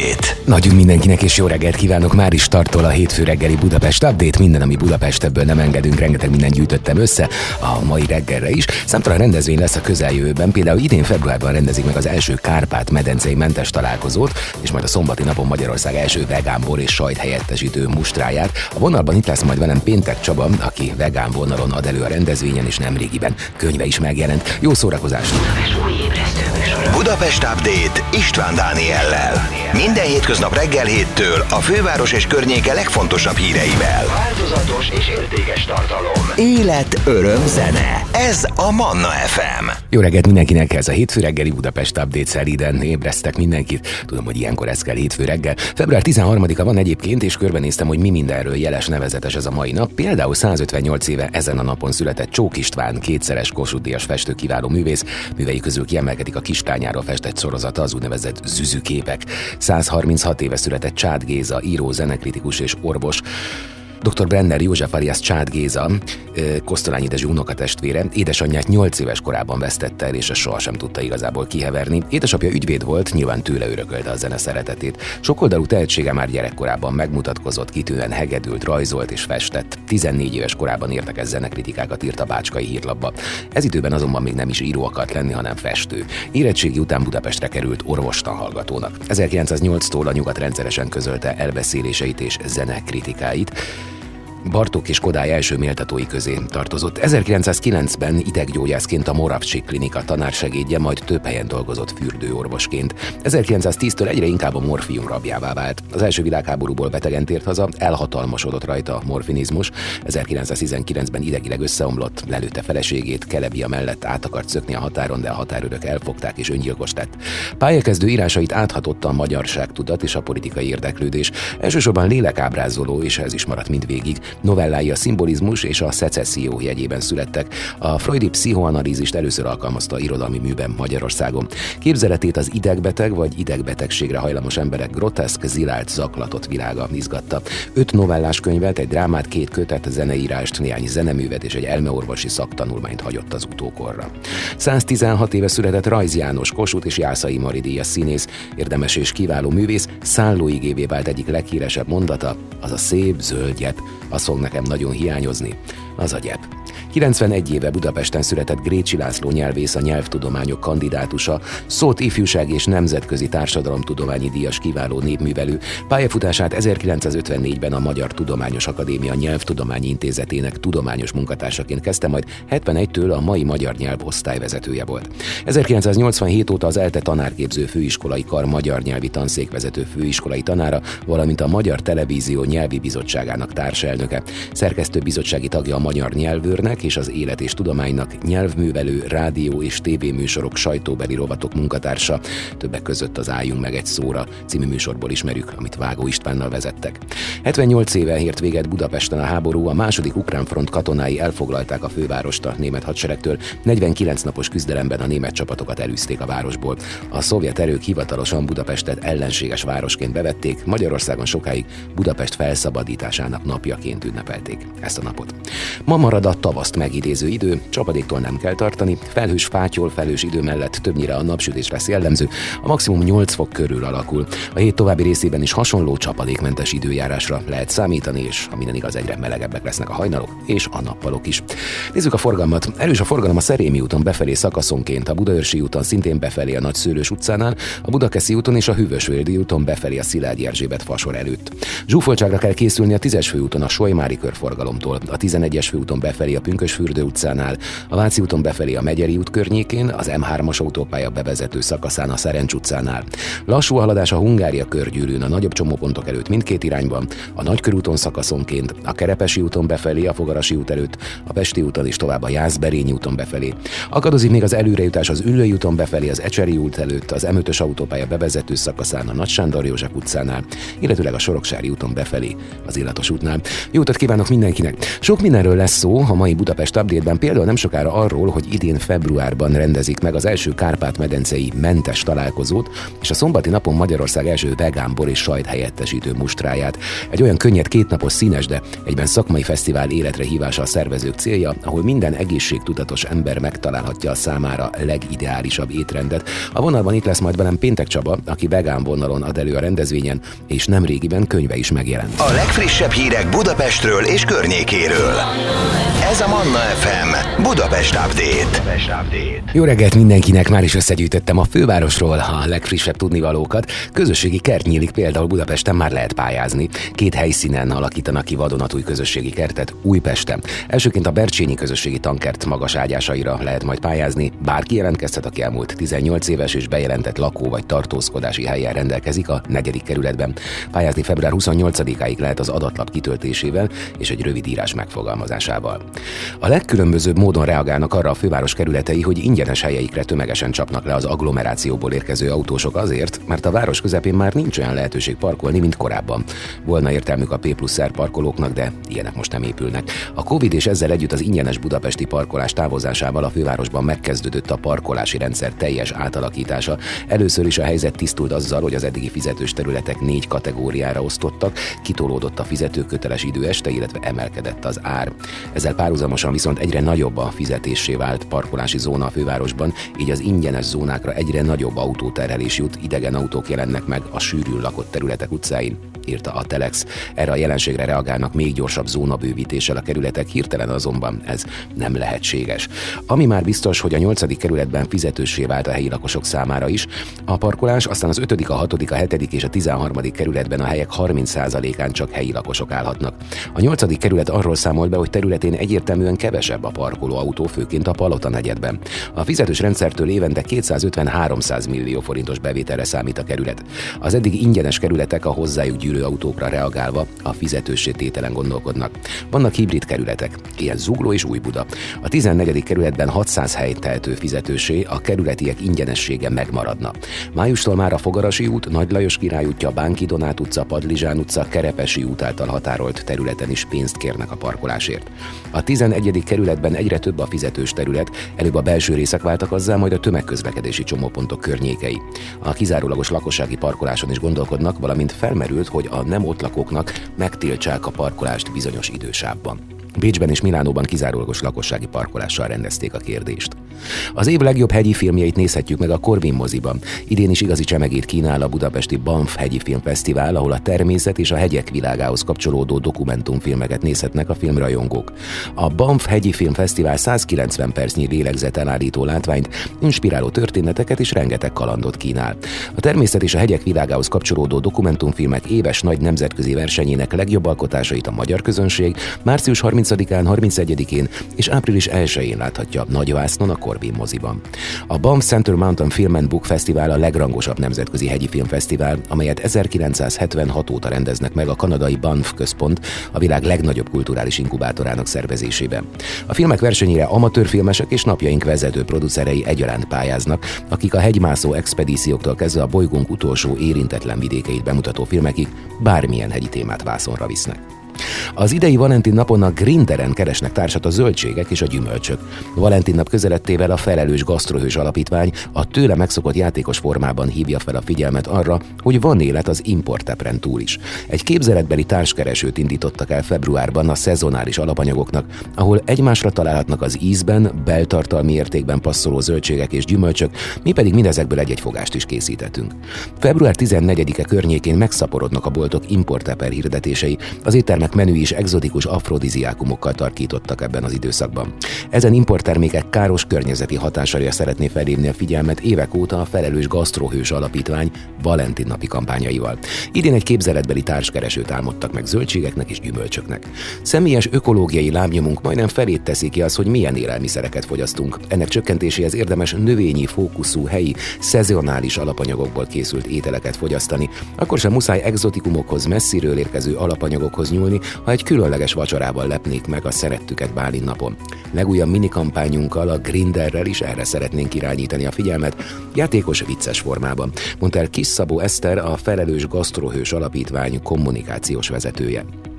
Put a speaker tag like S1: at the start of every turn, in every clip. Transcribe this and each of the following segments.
S1: Update.
S2: Nagyon mindenkinek és jó reggelt kívánok, már is startol a hétfő reggeli Budapest Update, minden, ami Budapest, ebből nem engedünk, rengeteg mindent gyűjtöttem össze a mai reggelre is. Számtalan rendezvény lesz a közeljövőben, például idén februárban rendezik meg az első Kárpát-medencei mentes találkozót, és majd a szombati napon Magyarország első vegán bor és sajt helyettesítő mustráját. A vonalban itt lesz majd velem Péntek Csaba, aki vegán vonalon ad elő a rendezvényen, és nemrégiben könyve is megjelent. Jó szórakozást!
S1: Budapest Update István Dániellel. Minden hétköznap reggel 7-től a főváros és környéke legfontosabb híreivel. Változatos és értékes tartalom. Élet, öröm, zene. Ez a Manna FM.
S2: Jó reggelt mindenkinek, ez a hétfő reggeli Budapest Update szeriden ébresztek mindenkit. Tudom, hogy ilyenkor ez kell hétfő reggel. Február 13-a van egyébként, és körbenéztem, hogy mi mindenről jeles nevezetes ez a mai nap. Például 158 éve ezen a napon született Csók István, kétszeres Kossuth-díjas festő, kiváló művész. Művei közül kiemelkedik a Kispányáról festett sorozata, az úgynevezett züzüképek. 136 éve született Csád Géza, író, zenekritikus és orvos. Dr. Brenner József alias Csád Géza, Kosztolányi Dezső unokatestvére, édesanyját 8 éves korában vesztette el, és ezt sohasem tudta igazából kiheverni. Édesapja ügyvéd volt, nyilván tőle örökölte a zene szeretetét. Sokoldalú tehetsége már gyerekkorában megmutatkozott, kitűnően hegedült, rajzolt és festett. 14 éves korában értekes zenekritikákat írt a Bácskai Hírlapba. Ez időben azonban még nem is író akart lenni, hanem festő. Érettségi után Budapestre került orvostanhallgatónak. 1908-tól a Nyugat rendszeresen közölte elbeszéléseit és zenekritikáit. Bartók és Kodály első méltatói közé tartozott. 1909-ben ideggyógyászként a Moravcsik Klinika tanársegédje, majd több helyen dolgozott fürdőorvosként. 1910-től egyre inkább a morfium rabjává vált. Az első világháborúból betegen tért haza, elhatalmasodott rajta a morfinizmus. 1919-ben idegileg összeomlott, lelőtte feleségét, Kelebia mellett át akart szökni a határon, de a határőrök elfogták és öngyilkos lett. Pályakezdő írásait áthatotta a magyarságtudat és a politikai érdeklődés. Elsősorban lélekábrázoló, és ez is maradt mindvégig. Novellái a szimbolizmus és a szecesszió jegyében születtek. A freudi pszichoanalízist először alkalmazta irodalmi műben Magyarországon. Képzeletét az idegbeteg vagy idegbetegségre hajlamos emberek groteszk, zilált, zaklatott világa izgatta. 5 novellás könyvet, egy drámát, 2 kötet, zeneírást, néhány zeneművet és egy elmeorvosi szaktanulmányt hagyott az utókorra. 116 éve született Rajz János, Kossuth és Jászai Mari díjas színész, érdemes és kiváló művész. Szállóigévé vált egyik leghíresebb mondata: az a szép zöld gyep, az fog nekem nagyon hiányozni, az a gyep. 91 éve Budapesten született Grécsi László nyelvész, a nyelvtudományok kandidátusa, Szót ifjúsági és nemzetközi társadalomtudományi díjas kiváló népművelő. Pályafutását 1954-ben a Magyar Tudományos Akadémia Nyelvtudományi Intézetének tudományos munkatársaként kezdte, majd 71-től a mai magyar nyelv osztályvezetője volt. 1987 óta az ELTE tanárképző főiskolai kar magyar nyelvi tanszékvezető főiskolai tanára, valamint a Magyar Televízió nyelvi bizottságának társelnöke. Szerkesztő bizottsági tagja a Magyar Nyelvőrnek és az Élet és Tudománynak, nyelvművelő, rádió és tévéműsorok, sajtóbeli rovatok munkatársa, többek között az Álljunk meg egy szóra című műsorból ismerjük, amit Vágó Istvánnal vezettek. 78 éve ért véget Budapesten a háború, a második ukrán front katonái elfoglalták a fővárost a német hadseregtől, 49 napos küzdelemben a német csapatokat elűzték a városból. A szovjet erők hivatalosan Budapestet ellenséges városként bevették, Magyarországon sokáig Budapest felszabadításának napjaként ünnepelték ezt a napot. Ma marad a tavaszt megidéző idő, csapadéktól nem kell tartani, felhős, fátyol, felhős idő mellett többnyire a napsütés lesz jellemző, a maximum 8 fok körül alakul. A hét további részében is hasonló csapadékmentes időjárásra lehet számítani, és ha minden igaz, egyre melegebbek lesznek a hajnalok és a nappalok is. Nézzük a forgalmat. Erős a forgalom a Szerémi úton befelé szakaszonként, a Budaörsi úton szintén befelé a Nagyszőlős utcánál, a Budakeszi úton és a Hűvösvölgyi úton befelé a Szilágyi Erzsébet fasor előtt. Zsúfoltságra kell készülni a 10-es főúton a Solymári körforgalomtól, a 11-es főúton befelé a Pünkösfürdő utcánál, a Váci úton befelé a Megyeri út környékén, az M3-as autópálya bevezető szakaszán a Szerencs utcánál. Lassú a haladás a Hungária körgyűrűn, a nagyobb csomópontok előtt mindkét irányban, a Nagykörúton szakaszonként, a Kerepesi úton befelé, a Fogarasi út előtt, a Pesti úton és tovább a Jászberényi úton befelé. Akadozik még az előrejutás az Üllői úton befelé, az Ecseri út előtt, az M5-ös autópálya bevezető szakaszán, a Nagy Sándor József utcánál, illetőleg a Soroksári úton befelé, az Illatos útnál. Jó utat kívánok mindenkinek! Sok mindenről lesz szó a mai mai Budapest Update-ben például nem sokára arról, hogy idén februárban rendezik meg az első Kárpát-medencei mentes találkozót, és a szombati napon Magyarország első vegánbor és sajt helyettesítő mustráját. Egy olyan könnyed kétnapos színes, de egyben szakmai fesztivál életre hívása a szervezők célja, ahol minden egészségtudatos ember megtalálhatja a számára legideálisabb étrendet. A vonalban itt lesz majd velem Péntek Csaba, aki vegán vonalon ad elő a rendezvényen, és nemrégiben könyve is megjelent.
S1: A legfrissebb hírek Budapestről és környékéről. Ez a Manna FM Budapest Update.
S2: Jó reggelt mindenkinek, már is összegyűjtöttem a fővárosról a legfrissebb tudnivalókat. Közösségi kert nyílik például Budapesten, már lehet pályázni. 2 helyszínen alakítanak ki vadonatúj közösségi kertet Újpesten. Elsőként a Bercsényi közösségi tankert magas ágyásaira lehet majd pályázni. Bárki jelentkezhet, aki elmúlt 18 éves és bejelentett lakó vagy tartózkodási helyen rendelkezik a 4. kerületben. Pályázni február 28-áig lehet az adatlap kitöltésével és egy rövid írás megfogalmazásával. A legkülönbözőbb módon reagálnak arra a főváros kerületei, hogy ingyenes helyeikre tömegesen csapnak le az agglomerációból érkező autósok azért, mert a város közepén már nincs olyan lehetőség parkolni, mint korábban. Volna értelmük a P+R parkolóknak, de ilyenek most nem épülnek. A Covid és ezzel együtt az ingyenes budapesti parkolás távozásával a fővárosban megkezdődött a parkolási rendszer teljes átalakítása. Először is a helyzet tisztult azzal, hogy az eddigi fizetős területek 4 kategóriára osztottak, kitolódott a fizetőköteles idő este, illetve emelkedett az ár. Ezzel párhuzamosan viszont egyre nagyobb a fizetéssé vált parkolási zóna a fővárosban, így az ingyenes zónákra egyre nagyobb autóterhelés jut, idegen autók jelennek meg a sűrűn lakott területek utcáin, írta a Telex. Erre a jelenségre reagálnak még gyorsabb zónabővítéssel a kerületek, hirtelen azonban ez nem lehetséges. Ami már biztos, hogy a 8. kerületben fizetőssé vált a helyi lakosok számára is. A parkolás aztán az 5., a 6., a 7. és a 13. kerületben a helyek 30%-án csak helyi lakosok állhatnak. A 8. kerület arról számolt be, hogy területén egyértelműen kevesebb a parkoló autó, főként a Palota negyedben. A fizetős rendszertől évente 250-300 millió forintos bevételre számít a kerület. Az eddig ingyenes kerületek a hozzájuk gyűlő autókra reagálva a fizetőssé tételen gondolkodnak. Vannak hibrid kerületek, ilyen Zugló és Újbuda. A 14. kerületben 600 hely tehető fizetőssé, a kerületiek ingyenessége megmaradna. Májustól már a Fogarasi út, Nagy Lajos Király útja, Bánki Donát utca, Padlizsán utca, Kerepesi út által határolt területen is pénzt kérnek a parkolásért. A 11. kerületben egyre több a fizetős terület, előbb a belső részek váltak azzá, majd a tömegközlekedési csomópontok környékei. A kizárólagos lakossági parkoláson is gondolkodnak, valamint felmerült, hogy a nem ott lakóknak megtiltsák a parkolást bizonyos idősávban. Bécsben és Milánóban kizárólagos lakossági parkolással rendezték a kérdést. Az év legjobb hegyi filmjeit nézhetjük meg a Corvin moziban. Idén is igazi csemegét kínál a budapesti Banff hegyi filmfesztivál, ahol a természet és a hegyek világához kapcsolódó dokumentumfilmeket nézhetnek a filmrajongók. A Banff hegyi filmfesztivál 190 percnyi lélegzetelállító látványt, inspiráló történeteket és rengeteg kalandot kínál. A természet és a hegyek világához kapcsolódó dokumentumfilmek éves nagy nemzetközi versenyének legjobb alkotásait a magyar közönség március 30-án, 31-én és április 1-én láthatja Nagyvásznon a Corvin moziban. A Banff Center Mountain Film and Book Festival a legrangosabb nemzetközi hegyi filmfesztivál, amelyet 1976 óta rendeznek meg a kanadai Banff központ, a világ legnagyobb kulturális inkubátorának szervezésében. A filmek versenyére amatőr filmesek és napjaink vezető producerei egyaránt pályáznak, akik a hegymászó expedícióktól kezdve a bolygónk utolsó érintetlen vidékeit bemutató filmekig bármilyen hegyi témát vászonra visznek. Az idei Valentin napon a Grinderen keresnek társat a zöldségek és a gyümölcsök. Valentin nap közelettével a Felelős Gasztrohős Alapítvány a tőle megszokott játékos formában hívja fel a figyelmet arra, hogy van élet az importtepren túl is. Egy képzeletbeli társkeresőt indítottak el februárban a szezonális alapanyagoknak, ahol egymásra találhatnak az ízben, beltartalmi értékben passzoló zöldségek és gyümölcsök, mi pedig mindezekből egy-egy fogást is készítettünk. Február 14-e környékén megszaporodnak a boltok importteper hirdetései, az éttermek menü is egzotikus afrodiziákumokkal tarkítottak ebben az időszakban. Ezen importtermékek káros környezeti hatásaira szeretné felhívni a figyelmet évek óta a Felelős Gasztrohős Alapítvány Valentin napi kampányaival. Idén egy képzeletbeli társkeresőt álmodtak meg zöldségeknek és gyümölcsöknek. Személyes ökológiai lábnyomunk majdnem felét teszi ki az, hogy milyen élelmiszereket fogyasztunk. Ennek csökkentéséhez érdemes növényi fókuszú, helyi, szezonális alapanyagokból készült ételeket fogyasztani. Akkor sem muszáj egzotikumokhoz, messziről érkező alapanyagokhoz nyúlni, ha egy különleges vacsorával lepnék meg a szerettüket Bálint napon. Legújabb minikampányunkkal, a Grinderrel is erre szeretnénk irányítani a figyelmet, játékos, vicces formában, mondta el Kis Szabó Eszter, a Felelős Gasztrohős Alapítvány kommunikációs vezetője.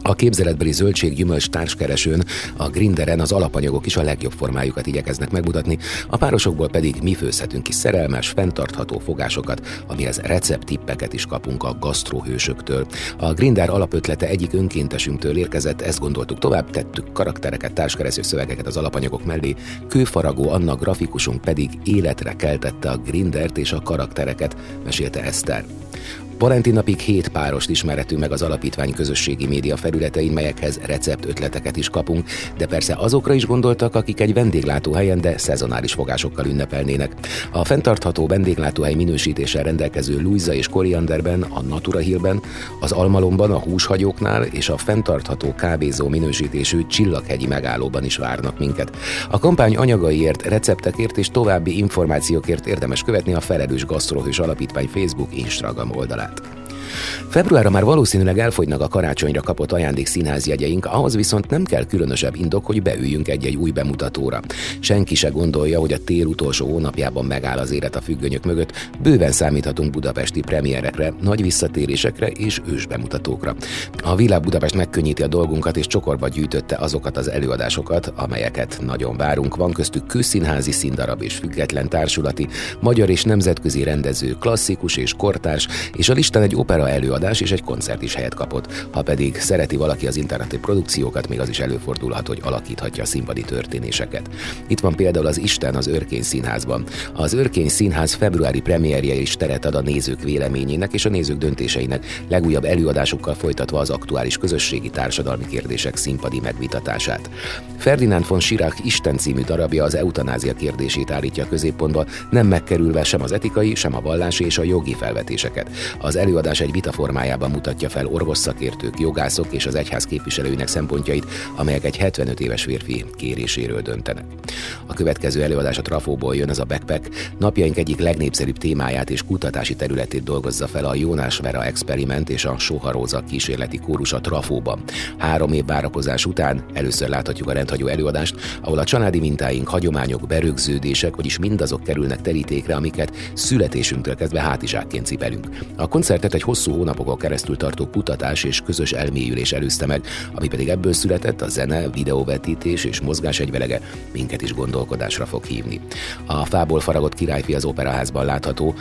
S2: A képzeletbeli zöldség-gyümölcs társkeresőn, a Grinderen az alapanyagok is a legjobb formájukat igyekeznek megmutatni, a párosokból pedig mi főzhetünk ki szerelmes, fenntartható fogásokat, amihez recepttippeket is kapunk a gasztrohősöktől. A Grindr alapötlete egyik önkéntesünktől érkezett, ezt gondoltuk tovább, tettük karaktereket, társkereső szövegeket az alapanyagok mellé, Kőfaragó Anna grafikusunk pedig életre keltette a Grindert és a karaktereket, mesélte Eszter. Valentin napig 7 párost ismerhetünk meg az alapítvány közösségi média felületein, melyekhez receptötleteket is kapunk, de persze azokra is gondoltak, akik egy vendéglátóhelyen, de szezonális fogásokkal ünnepelnének. A fenntartható vendéglátóhely minősítéssel rendelkező Luisa és Korianderben, a Natura Hillben, az Almalomban, a húshagyóknál és a fenntartható kávézó minősítésű Csillaghegyi megállóban is várnak minket. A kampány anyagaiért, receptekért és további információkért érdemes követni a Felelős Gasztrohős Alapítvány Facebook, Instagram oldalát. Februárra már valószínűleg elfogynak a karácsonyra kapott ajándékszínházjegyeink, ahhoz viszont nem kell különösebb indok, hogy beüljünk egy-egy új bemutatóra. Senki se gondolja, hogy a tél utolsó hónapjában megáll az élet a függönyök mögött, bőven számíthatunk budapesti premierekre, nagy visszatérésekre és ősbemutatókra. A Világ Budapest megkönnyíti a dolgunkat és csokorba gyűjtötte azokat az előadásokat, amelyeket nagyon várunk. Van köztük közszínházi, színdarab és független társulati, magyar és nemzetközi rendező, klasszikus és kortárs, és a listán egy opera előadás és egy koncert is helyet kapott. Ha pedig szereti valaki az interneti produkciókat, még az is előfordulhat, hogy alakíthatja a színpadi történéseket. Itt van például az Isten az Örkény Színházban. Az Örkény Színház februári premierje is teret ad a nézők véleményének és a nézők döntéseinek, legújabb előadásokkal folytatva az aktuális közösségi társadalmi kérdések színpadi megvitatását. Ferdinand von Schirach Isten című darabja az eutanázia kérdését állítja a középpontba, nem megkerülve sem az etikai, sem a vallási és a jogi felvetéseket. Az előadás egy vita formájában mutatja fel orvosszakértők, jogászok és az egyház képviselőinek szempontjait, amelyek egy 75 éves férfi kéréséről döntenek. A következő előadás a Trafóból jön, az a Backpack. Napjaink egyik legnépszerűbb témáját és kutatási területét dolgozza fel a Jónás Vera Experiment és a Soha Róza kísérleti kórus a Trafóban. 3 év várakozás után először láthatjuk a rendhagyó előadást, ahol a családi mintáink, hagyományok, berögződések, vagyis mindazok kerülnek terítékre, amiket születésünktől kezdve hátizsákként cipelünk. A koncertet egy hosszú hónapokon keresztül tartó kutatás és közös elmélyülés előzte meg, ami pedig ebből született, a zene, videóvetítés és mozgás egyvelege minket is gondolkodásra fog hívni. A Fából faragott királyfi az Operaházban látható,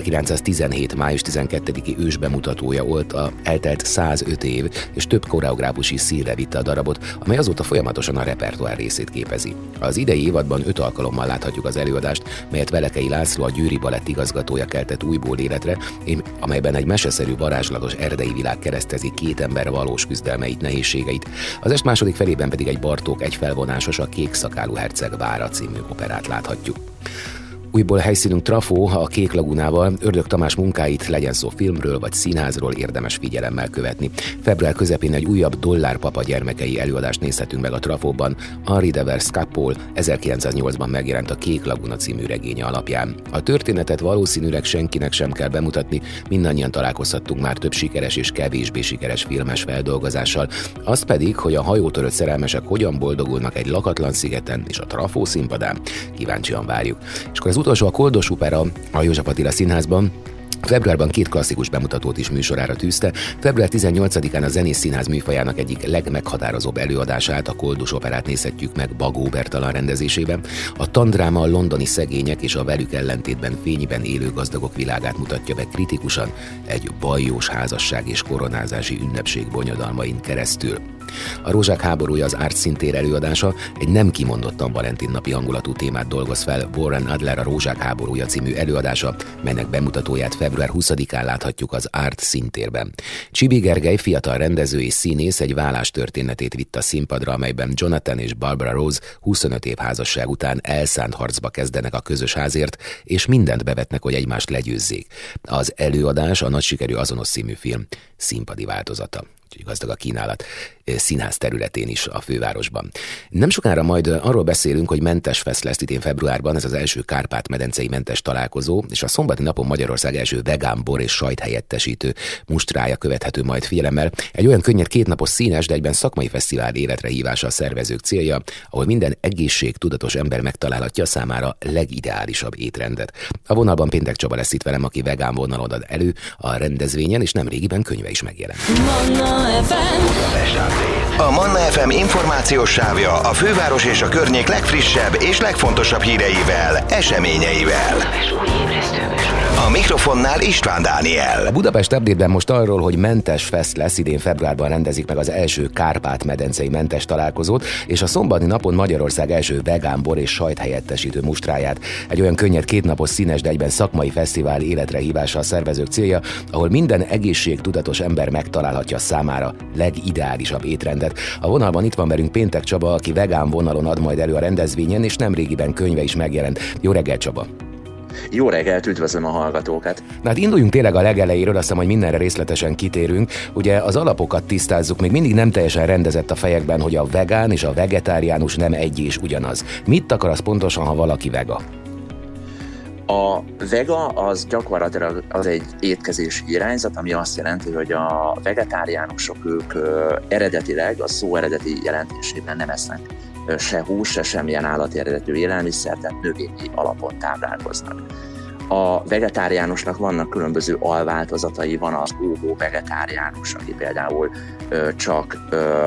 S2: 1917. május 12-i ősbemutatója volt, eltelt 105 év, és több koreográfus is színre vitte a darabot, amely azóta folyamatosan a repertoár részét képezi. Az idei évadban 5 alkalommal láthatjuk az előadást, melyet Velekei László, a Győri Balett igazgatója keltett újból életre, amelyben egy meseszerű varázslatos erdei világ keresztezi 2 ember valós küzdelmeit, nehézségeit. Az est második felében pedig egy Bartók egyfelvonásos, a Kék szakálú herceg vára című operát láthatjuk. Újból helyszínünk Trafó, a Kék Lagunával. Ördög Tamás munkáit, legyen szó filmről vagy színházról, érdemes figyelemmel követni. Február közepén egy újabb Dollárpapa gyermekei előadást nézhetünk meg a Trafóban. Henri Devers Capol 1908-ban megjelent a Kék Laguna című regénye alapján. A történetet valószínűleg senkinek sem kell bemutatni, mindannyian találkozhattunk már több sikeres és kevésbé sikeres filmes feldolgozással. Az pedig, hogy a hajótörött szerelmesek hogyan boldogulnak egy lakatlan szigeten és a Trafó színpadán. Kíváncsian várjuk. És akkor az utolsó a Koldos Opera a József Attila Színházban. Februárban 2 klasszikus bemutatót is műsorára tűzte. Február 18-án a Zenész Színház műfajának egyik legmeghatározóbb előadását, a Koldus Operát nézhetjük meg Bagó Bertalan rendezésében. A tandráma a londoni szegények és a velük ellentétben fényben élő gazdagok világát mutatja be kritikusan, egy bajós házasság és koronázási ünnepség bonyodalmain keresztül. A Rózsák háborúja az Art Szintér előadása egy nem kimondottan Valentin napi hangulatú témát dolgoz fel Warren Adler a Rózsák háborúja című előadása, melynek bemutatóját február 20-án láthatjuk az Art Szintérben. Csibi Gergely fiatal rendező és színész egy vállás történetét vitt a színpadra, amelyben Jonathan és Barbara Rose 25 év házasság után elszánt harcba kezdenek a közös házért, és mindent bevetnek, hogy egymást legyőzzék. Az előadás a nagy sikerű Azonos című film színpadi változata. Gazdag a kínálat színház területén is a fővárosban. Nem sokára majd arról beszélünk, hogy mentes fest lesz idén februárban, ez az első Kárpát-medencei mentes találkozó, és a szombati napon Magyarország első vegán bor és sajt helyettesítő mustrája követhető majd figyelemmel. Egy olyan könnyed 2 napos színes, de egyben szakmai fesztivál életre hívása a szervezők célja, ahol minden egészségtudatos ember megtalálhatja számára legideálisabb étrendet. A vonalban Péntek Csaba lesz itt velem, aki vegán vonalon ad elő a rendezvényen, és nemrégiben könyve is megjelent.
S1: A Manna FM információs sávja a főváros és a környék legfrissebb és legfontosabb híreivel, eseményeivel. A mikrofonnál István Dániel.
S2: A Budapest Update-ben most arról, hogy Mentes Fest lesz, idén februárban rendezik meg az első Kárpát-medencei mentes találkozót, és a szombati napon Magyarország első vegán bor és sajthelyettesítő mustráját. Egy olyan könnyed kétnapos színes, de egyben szakmai fesztivál életre hívása a szervezők célja, ahol minden egészségtudatos ember megtalálhatja számára legideálisabb étrendet. A vonalban itt van velünk Péntek Csaba, aki vegán vonalon ad majd elő a rendezvényen, és nemrégiben könyve is megjelent. Jó reggelt, Csaba!
S3: Jó reggelt, üdvözlöm a hallgatókat!
S2: Na hát induljunk tényleg a legelejéről, azt hiszem, hogy mindenre részletesen kitérünk. Ugye az alapokat tisztázzuk, még mindig nem teljesen rendezett a fejekben, hogy a vegán és a vegetáriánus nem egy és ugyanaz. Mit akar az pontosan, ha valaki vega?
S3: A vega az gyakorlatilag az egy étkezési irányzat, ami azt jelenti, hogy a vegetáriánusok ők eredetileg, a szó eredeti jelentésében nem esznek se hús, se semmilyen állati eredetű élelmiszer, tehát növényi alapon táplálkoznak. A vegetáriánusnak vannak különböző alváltozatai, van az óvó vegetáriánus, aki például csak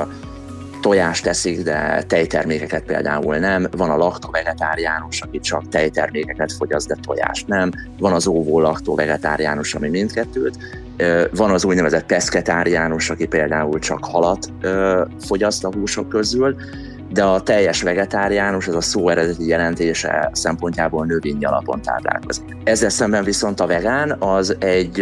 S3: tojást eszik, de tejtermékeket például nem. Van a laktovegetáriánus, aki csak tejtermékeket fogyaszt, de tojást nem. Van az óvó-laktó vegetáriánus, ami mindkettőt. Van az úgynevezett peszketáriánus, aki például csak halat fogyaszt a húsok közül, de a teljes vegetáriánus, ez a szó eredeti jelentése szempontjából növényi alapon táplálkozik. Ezzel szemben viszont a vegán az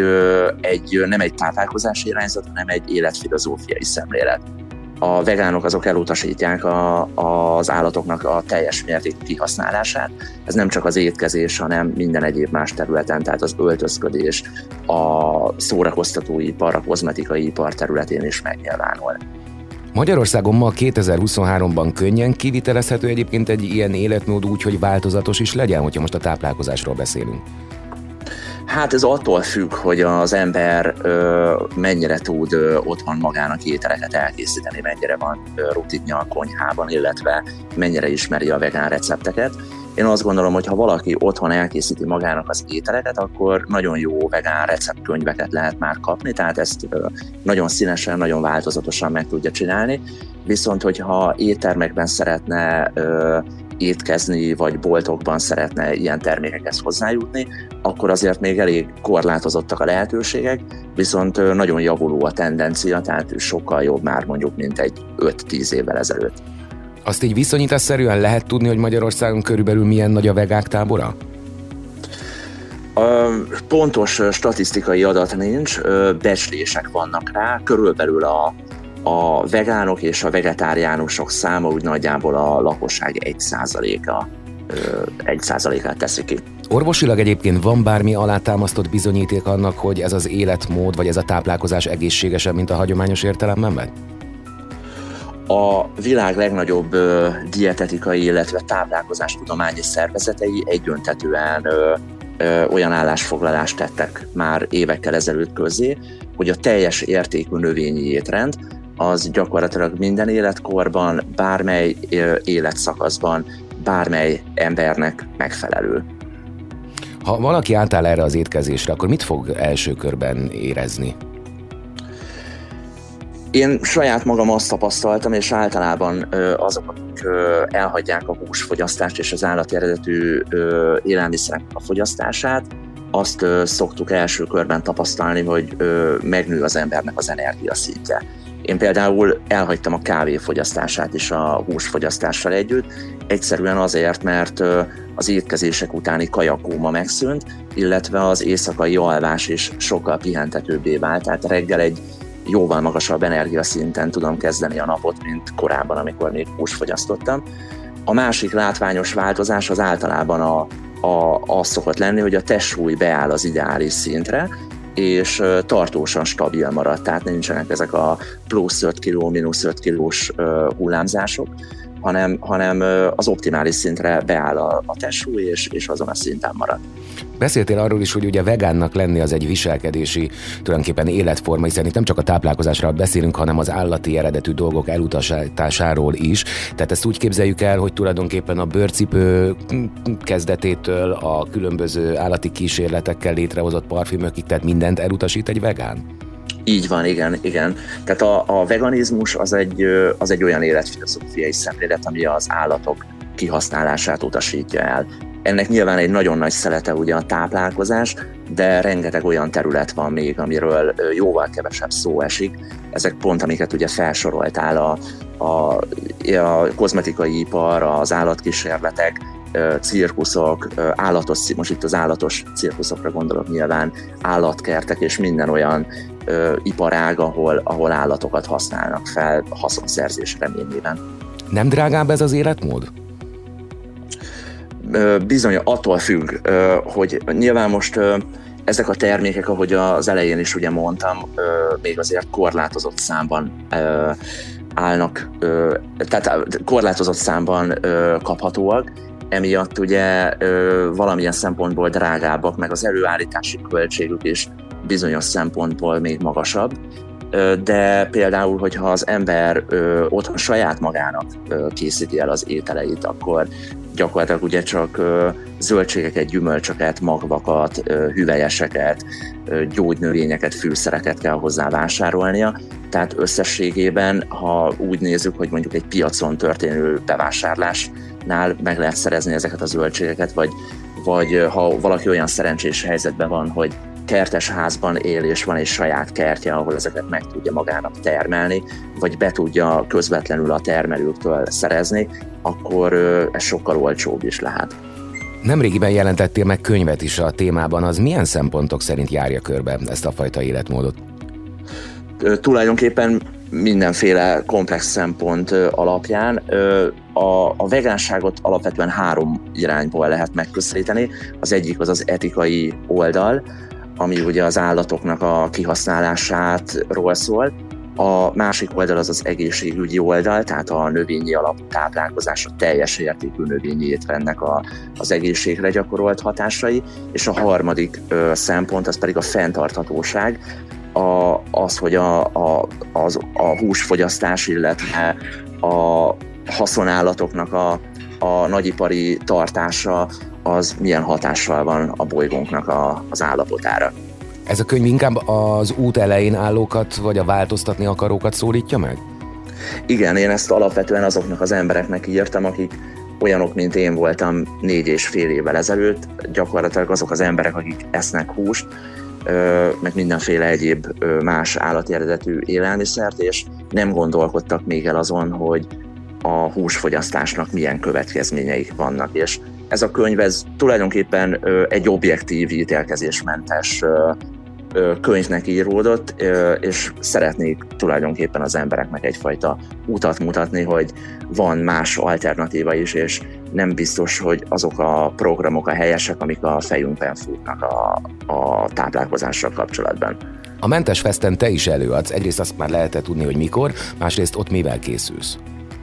S3: nem egy táplálkozási irányzat, hanem egy életfilozófiai szemlélet. A vegánok azok elutasítják az állatoknak a teljes mértékű kihasználását. Ez nem csak az étkezés, hanem minden egyéb más területen, tehát az öltözködés, a szórakoztatóipar, a kozmetikai ipar területén is megnyilvánul.
S2: Magyarországon ma 2023-ban könnyen kivitelezhető egyébként egy ilyen életmód úgy, hogy változatos is legyen, hogyha most a táplálkozásról beszélünk?
S3: Hát ez attól függ, hogy az ember mennyire tud otthon magának ételeket elkészíteni, mennyire van rutinja a konyhában, illetve mennyire ismeri a vegán recepteket. Én azt gondolom, hogy ha valaki otthon elkészíti magának az ételeket, akkor nagyon jó vegán receptkönyveket lehet már kapni, tehát ezt nagyon színesen, nagyon változatosan meg tudja csinálni. Viszont, hogyha éttermekben szeretne étkezni, vagy boltokban szeretne ilyen termékekhez hozzájutni, akkor azért még elég korlátozottak a lehetőségek, viszont nagyon javuló a tendencia, tehát sokkal jobb már mondjuk, mint egy 5-10 évvel ezelőtt.
S2: Azt így viszonyításszerűen lehet tudni, hogy Magyarországon körülbelül milyen nagy a vegák tábora?
S3: Pontos statisztikai adat nincs, becslések vannak rá, körülbelül a vegánok és a vegetáriánusok száma úgy nagyjából a lakosság 1%-át teszi ki.
S2: Orvosilag egyébként van bármi alátámasztott bizonyíték annak, hogy ez az életmód, vagy ez a táplálkozás egészségesebb, mint a hagyományos értelemben vett?
S3: A világ legnagyobb dietetikai, illetve táplálkozástudományi szervezetei egyöntetűen olyan állásfoglalást tettek már évekkel ezelőtt közzé, hogy a teljes értékű növényi étrend az gyakorlatilag minden életkorban, bármely életszakaszban, bármely embernek megfelelő.
S2: Ha valaki átáll erre az étkezésre, akkor mit fog első körben érezni?
S3: Én saját magam azt tapasztaltam, és általában azok, akik elhagyják a húsfogyasztást és az állati eredetű élelmiszerek a fogyasztását, azt szoktuk első körben tapasztalni, hogy megnő az embernek az energiaszintje. Én például elhagytam a kávé fogyasztását is a húsfogyasztással együtt, egyszerűen azért, mert az étkezések utáni kajakóma megszűnt, illetve az éjszakai alvás is sokkal pihentetőbbé vált, tehát reggel egy jóval magasabb energiaszinten tudom kezdeni a napot, mint korábban, amikor még húst fogyasztottam. A másik látványos változás az általában az szokott lenni, hogy a testsúly beáll az ideális szintre, és tartósan stabil marad, tehát nincsenek ezek a plusz 5 kg, mínusz 5 kilós hullámzások, hanem az optimális szintre beáll a testsúly, és azon a szinten marad.
S2: Beszéltél arról is, hogy ugye vegánnak lenni az egy viselkedési, tulajdonképpen életforma, hiszen itt nem csak a táplálkozásról beszélünk, hanem az állati eredetű dolgok elutasításáról is. Tehát ezt úgy képzeljük el, hogy tulajdonképpen a bőrcipő kezdetétől a különböző állati kísérletekkel létrehozott parfümökig, tehát mindent elutasít egy vegán?
S3: Így van, igen. Tehát a veganizmus az egy olyan életfilozófiai szemlélet, ami az állatok kihasználását utasítja el. Ennek nyilván egy nagyon nagy szelete ugye a táplálkozás, de rengeteg olyan terület van még, amiről jóval kevesebb szó esik. Ezek pont, amiket ugye felsoroltál, a kozmetikai ipar, az állatkísérletek, cirkuszok, most itt az állatos cirkuszokra gondolok nyilván, állatkertek és minden olyan iparág, ahol állatokat használnak fel haszonszerzés reményében.
S2: Nem drágább ez az életmód?
S3: Bizony, attól függ, hogy nyilván most ezek a termékek, ahogy az elején is ugye mondtam, még azért korlátozott számban állnak, tehát korlátozott számban kaphatóak, emiatt ugye valamilyen szempontból drágábbak, meg az előállítási költségük is bizonyos szempontból még magasabb, de például, hogyha az ember otthon saját magának készíti el az ételeit, akkor gyakorlatilag ugye csak zöldségeket, gyümölcsöket, magvakat, hüvelyeseket, gyógynövényeket, fűszereket kell hozzá vásárolnia. Tehát összességében, ha úgy nézzük, hogy mondjuk egy piacon történő bevásárlásnál meg lehet szerezni ezeket a zöldségeket, vagy ha valaki olyan szerencsés helyzetben van, hogy kertes házban él és van egy saját kertje, ahol ezeket meg tudja magának termelni, vagy be tudja közvetlenül a termelőktől szerezni, akkor ez sokkal olcsóbb is lehet.
S2: Nemrégiben jelentettél meg könyvet is a témában, az milyen szempontok szerint járja körbe ezt a fajta életmódot?
S3: Tulajdonképpen mindenféle komplex szempont alapján a vegánságot alapvetően 3 irányból lehet megközelíteni. Az egyik az etikai oldal, ami ugye az állatoknak a kihasználásátról szól. A másik oldal az egészségügyi oldal, tehát a növényi alapú táplálkozás, a teljes értékű növényi étrendnek az egészségre gyakorolt hatásai, és a harmadik szempont az pedig a fenntarthatóság, az, hogy a húsfogyasztás, illetve a haszonállatoknak a nagyipari tartása az milyen hatással van a bolygónknak az állapotára.
S2: Ez a könyv inkább az út elején állókat, vagy a változtatni akarókat szólítja meg?
S3: Igen, én ezt alapvetően azoknak az embereknek írtam, akik olyanok, mint én voltam 4,5 évvel ezelőtt, gyakorlatilag azok az emberek, akik esznek húst, meg mindenféle egyéb más állati eredetű élelmiszert, és nem gondolkodtak még el azon, hogy a húsfogyasztásnak milyen következményeik vannak. És ez a könyv, ez tulajdonképpen egy objektív, ítélkezésmentes könyvnek íródott, és szeretnék tulajdonképpen az embereknek egyfajta utat mutatni, hogy van más alternatíva is, és nem biztos, hogy azok a programok a helyesek, amik a fejünkben futnak a táplálkozással kapcsolatban.
S2: A Mentes Festen te is előadsz, egyrészt azt már lehetett tudni, hogy mikor, másrészt ott mivel készülsz?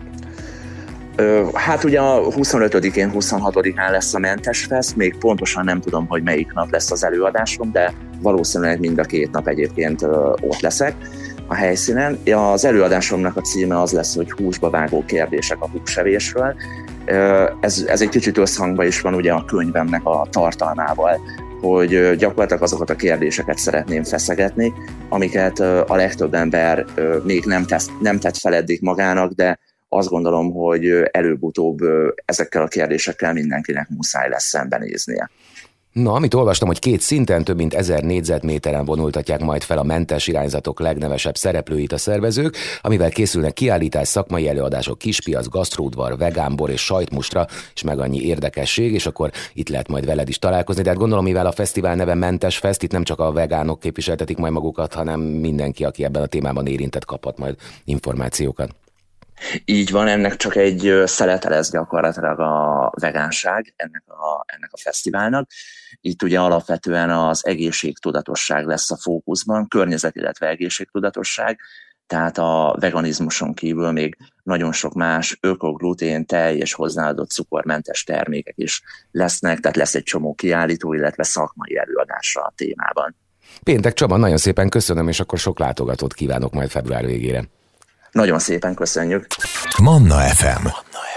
S3: Hát ugye a 25-én, 26-án lesz a Mentes Fest, még pontosan nem tudom, hogy melyik nap lesz az előadásom, de valószínűleg mind a 2 nap egyébként ott leszek a helyszínen. Az előadásomnak a címe az lesz, hogy húsba vágó kérdések a húsevésről. Ez egy kicsit összhangban is van ugye a könyvemnek a tartalmával, hogy gyakorlatilag azokat a kérdéseket szeretném feszegetni, amiket a legtöbb ember még nem tett fel eddig magának, de azt gondolom, hogy előbb-utóbb ezekkel a kérdésekkel mindenkinek muszáj lesz szembenéznie.
S2: Na, amit olvastam, hogy 2 szinten több mint 1000 négyzetméteren vonultatják majd fel a mentes irányzatok legnevesebb szereplőit a szervezők, amivel készülnek kiállítás, szakmai előadások, kispiac, gasztróudvar, vegánbor és sajtmustra, és meg annyi érdekesség, és akkor itt lehet majd veled is találkozni. De hát gondolom, mivel a fesztivál neve Mentes Fest, itt nem csak a vegánok képviseltetik majd magukat, hanem mindenki, aki ebben a témában érintett, kaphat majd információkat.
S3: Így van, ennek csak egy szelete lesz gyakorlatilag a vegánság ennek a fesztiválnak. Itt ugye alapvetően az egészségtudatosság lesz a fókuszban, környezet, illetve egészségtudatosság, tehát a veganizmuson kívül még nagyon sok más ökoglutén, tej és hozzáadott cukormentes termékek is lesznek, tehát lesz egy csomó kiállító, illetve szakmai előadásra a témában.
S2: Péntek Csaba, nagyon szépen köszönöm, és akkor sok látogatót kívánok majd február végére.
S3: Nagyon szépen köszönjük.
S1: Manna FM.